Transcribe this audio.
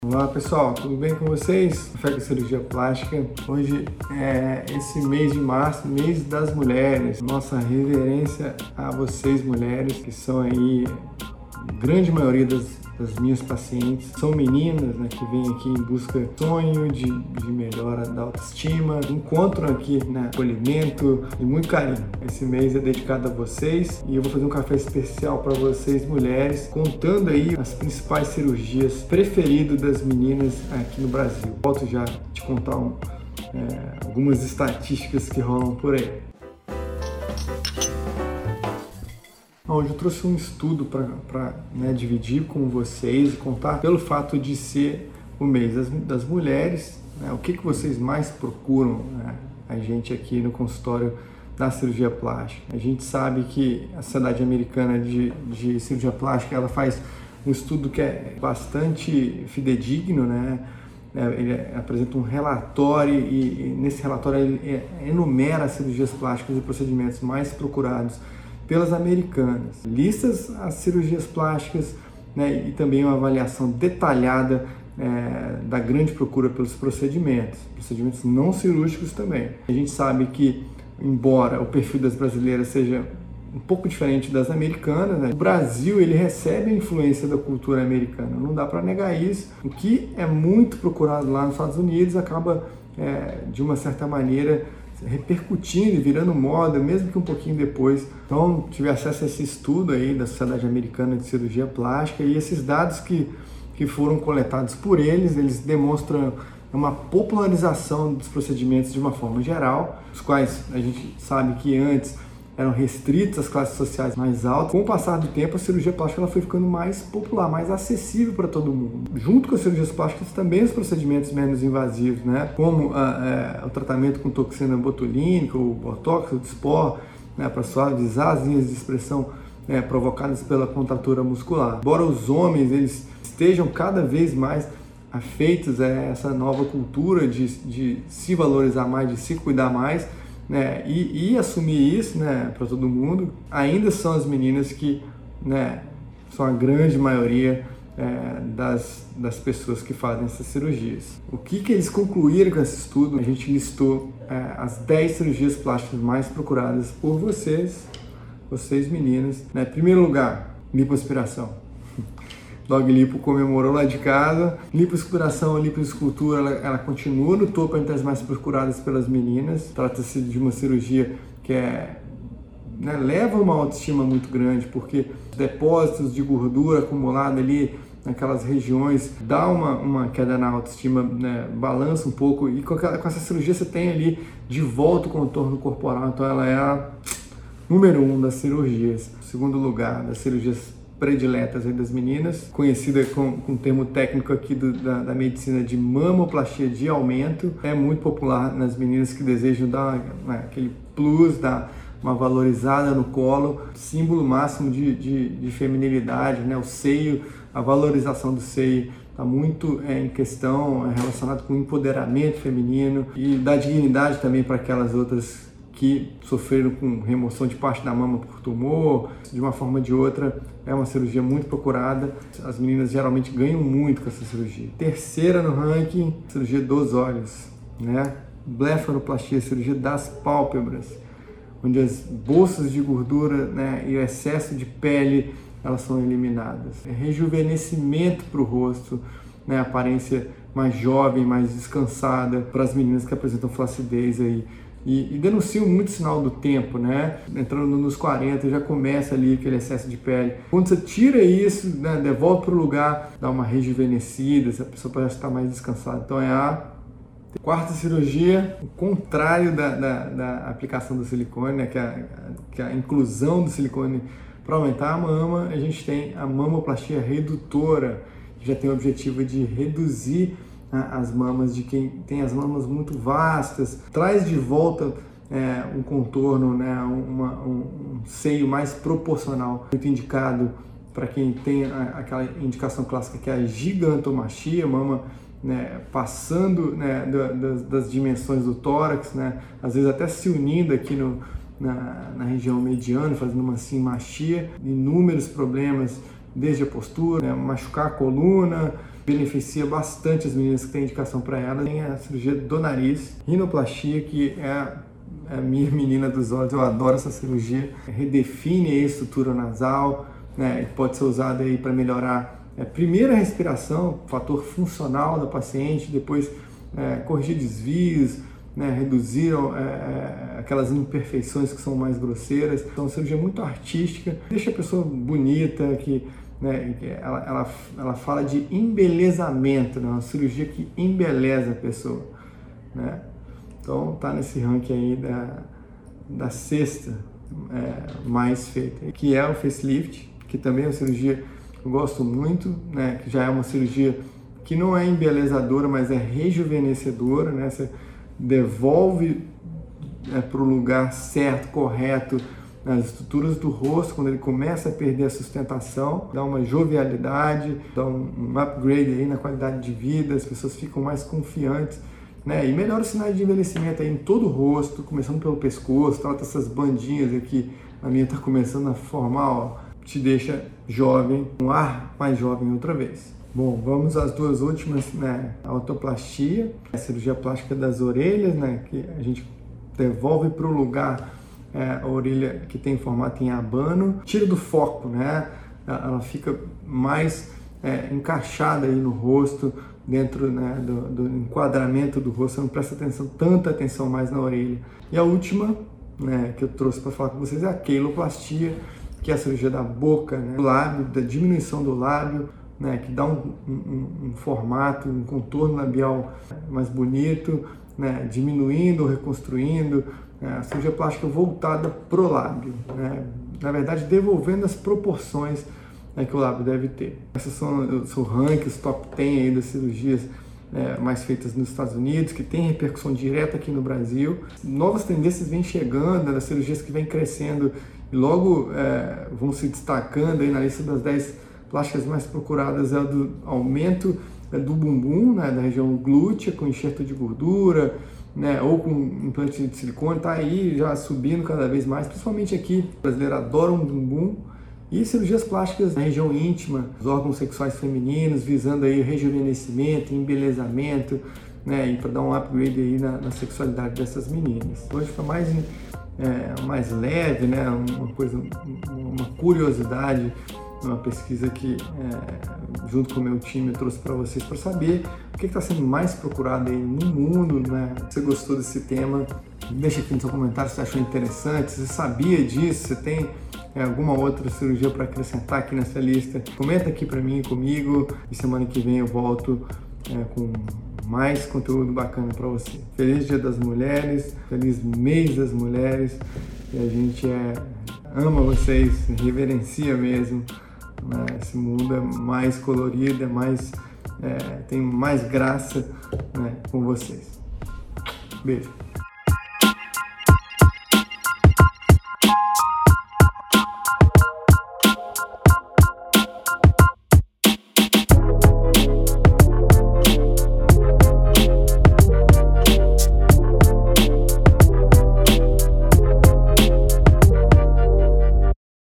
Olá pessoal, tudo bem com vocês? Café com Cirurgia Plástica. Hoje é esse mês de março, mês das mulheres. Nossa reverência a vocês mulheres, que são aí a grande maioria das minhas pacientes. São meninas, né, que vêm aqui em busca de sonho, de melhora da autoestima. Encontram aqui, né, acolhimento e muito carinho. Esse mês é dedicado a vocês e eu vou fazer um café especial para vocês mulheres, contando aí as principais cirurgias preferidas das meninas aqui no Brasil. Volto já te contar algumas estatísticas que rolam por aí. Hoje eu trouxe um estudo para dividir com vocês e contar pelo fato de ser o mês das mulheres, né, o que vocês mais procuram, né, a gente aqui no consultório da cirurgia plástica. A gente sabe que a Sociedade Americana de Cirurgia Plástica ela faz um estudo que é bastante fidedigno, né? Ele apresenta um relatório e nesse relatório ele enumera as cirurgias plásticas e procedimentos mais procurados pelas americanas, listas as cirurgias plásticas, né, e também uma avaliação detalhada da grande procura pelos procedimentos não cirúrgicos também. A gente sabe que, embora o perfil das brasileiras seja um pouco diferente das americanas, né, o Brasil ele recebe a influência da cultura americana, não dá para negar isso. O que é muito procurado lá nos Estados Unidos acaba, de uma certa maneira, repercutindo e virando moda, mesmo que um pouquinho depois. Então, tive acesso a esse estudo aí da Sociedade Americana de Cirurgia Plástica e esses dados que foram coletados por eles demonstram uma popularização dos procedimentos de uma forma geral, os quais a gente sabe que antes eram restritos às classes sociais mais altas. Com o passar do tempo, a cirurgia plástica ela foi ficando mais popular, mais acessível para todo mundo. Junto com as cirurgias plásticas, também os procedimentos menos invasivos, né? Como o tratamento com toxina botulínica, o botox, o Dysport, né? Para suavizar as linhas de expressão provocadas pela contratura muscular. Embora os homens eles estejam cada vez mais afeitos a essa nova cultura de se valorizar mais, de se cuidar mais, né, e assumir isso, né, para todo mundo, ainda são as meninas que, né, são a grande maioria das pessoas que fazem essas cirurgias. O que eles concluíram com esse estudo? A gente listou as 10 cirurgias plásticas mais procuradas por vocês meninas, né? Em primeiro lugar, lipoaspiração. Dog Lipo comemorou lá de casa. Lipoaspiração, lipoescultura, ela continua no topo entre as mais procuradas pelas meninas. Trata-se de uma cirurgia que leva uma autoestima muito grande, porque os depósitos de gordura acumulada ali naquelas regiões dá uma queda na autoestima, né, balança um pouco, e com essa cirurgia você tem ali de volta o contorno corporal. Então ela é a número 1 das cirurgias. Segundo lugar, das cirurgias prediletas aí das meninas, conhecida com um termo técnico aqui da medicina de mamoplastia de aumento. É muito popular nas meninas que desejam dar aquele plus, dar uma valorizada no colo, símbolo máximo de feminilidade, né? O seio, a valorização do seio está muito em questão, relacionado com o empoderamento feminino e da dignidade também para aquelas outras que sofreram com remoção de parte da mama por tumor. De uma forma ou de outra, é uma cirurgia muito procurada. As meninas geralmente ganham muito com essa cirurgia. Terceira no ranking, cirurgia dos olhos, né? Blefaroplastia, cirurgia das pálpebras, onde as bolsas de gordura, né, e o excesso de pele elas são eliminadas. É rejuvenescimento para o rosto, né, aparência mais jovem, mais descansada para as meninas que apresentam flacidez aí. E denunciam muito sinal do tempo, né? Entrando nos 40 já começa ali aquele excesso de pele. Quando você tira isso, né, devolve para o lugar, dá uma rejuvenescida, essa pessoa parece estar mais descansada. Então é a quarta cirurgia, o contrário da aplicação do silicone, né, que é a inclusão do silicone para aumentar a mama. A gente tem a mamoplastia redutora, que já tem o objetivo de reduzir as mamas de quem tem as mamas muito vastas, traz de volta um contorno, né, um seio mais proporcional, muito indicado para quem tem aquela indicação clássica que é a gigantomastia, mama, né, passando, né, das dimensões do tórax, né, às vezes até se unindo aqui na região mediana, fazendo uma simastia, inúmeros problemas desde a postura, né, machucar a coluna, beneficia bastante as meninas que têm indicação para elas. Tem a cirurgia do nariz, rinoplastia, que é a minha menina dos olhos. Eu adoro essa cirurgia. Redefine a estrutura nasal, né? Pode ser usada aí para melhorar primeiro a respiração, fator funcional da paciente, depois corrigir desvios, né, reduzir aquelas imperfeições que são mais grosseiras. Então, é uma cirurgia muito artística, deixa a pessoa bonita, né, ela fala de embelezamento, né, uma cirurgia que embeleza a pessoa, né? Então, tá nesse ranking aí da sexta mais feita, que é o facelift, que também é uma cirurgia que eu gosto muito, né, que já é uma cirurgia que não é embelezadora, mas é rejuvenescedora, né? Você devolve para o lugar certo, correto, as estruturas do rosto, quando ele começa a perder a sustentação, dá uma jovialidade, dá um upgrade aí na qualidade de vida, as pessoas ficam mais confiantes, né? E melhora os sinais de envelhecimento aí em todo o rosto, começando pelo pescoço, trata essas bandinhas aqui, a minha está começando a formar, ó, te deixa jovem, um ar mais jovem outra vez. Bom, vamos às duas últimas, né? A otoplastia, a cirurgia plástica das orelhas, né? Que a gente devolve para o lugar a orelha que tem formato em abano, tira do foco, né? Ela fica mais encaixada aí no rosto, dentro, né, do enquadramento do rosto, você não presta tanta atenção mais na orelha. E a última, né, que eu trouxe para falar com vocês é a queiloplastia, que é a cirurgia da boca, né? Do lábio, da diminuição do lábio, né, que dá um formato, um contorno labial mais bonito, né, diminuindo, reconstruindo, né, a cirurgia plástica voltada pro lábio, né, na verdade devolvendo as proporções, né, que o lábio deve ter. Essas são o ranking, os top 10 aí das cirurgias mais feitas nos Estados Unidos, que tem repercussão direta aqui no Brasil. Novas tendências vêm chegando, das cirurgias que vêm crescendo e logo vão se destacando aí na lista das 10 plásticas mais procuradas. É a do aumento do bumbum, né, da região glútea, com enxerto de gordura, né, ou com implante de silicone, está aí já subindo cada vez mais, principalmente aqui. O brasileiro adora um bumbum. E cirurgias plásticas na região íntima, os órgãos sexuais femininos, visando aí rejuvenescimento, embelezamento, né, e para dar um upgrade aí na sexualidade dessas meninas. Hoje foi mais leve, né, uma curiosidade, uma pesquisa que, junto com o meu time, eu trouxe para vocês para saber o que está sendo mais procurado aí no mundo, né? Se você gostou desse tema, deixa aqui no seu comentário se você achou interessante, se você sabia disso, se tem alguma outra cirurgia para acrescentar aqui nessa lista. Comenta aqui para mim, comigo, e semana que vem eu volto com mais conteúdo bacana para você. Feliz Dia das Mulheres, feliz mês das mulheres, e a gente ama vocês, reverencia mesmo. Esse mundo é mais colorido, tem mais graça, né, com vocês. Beijo.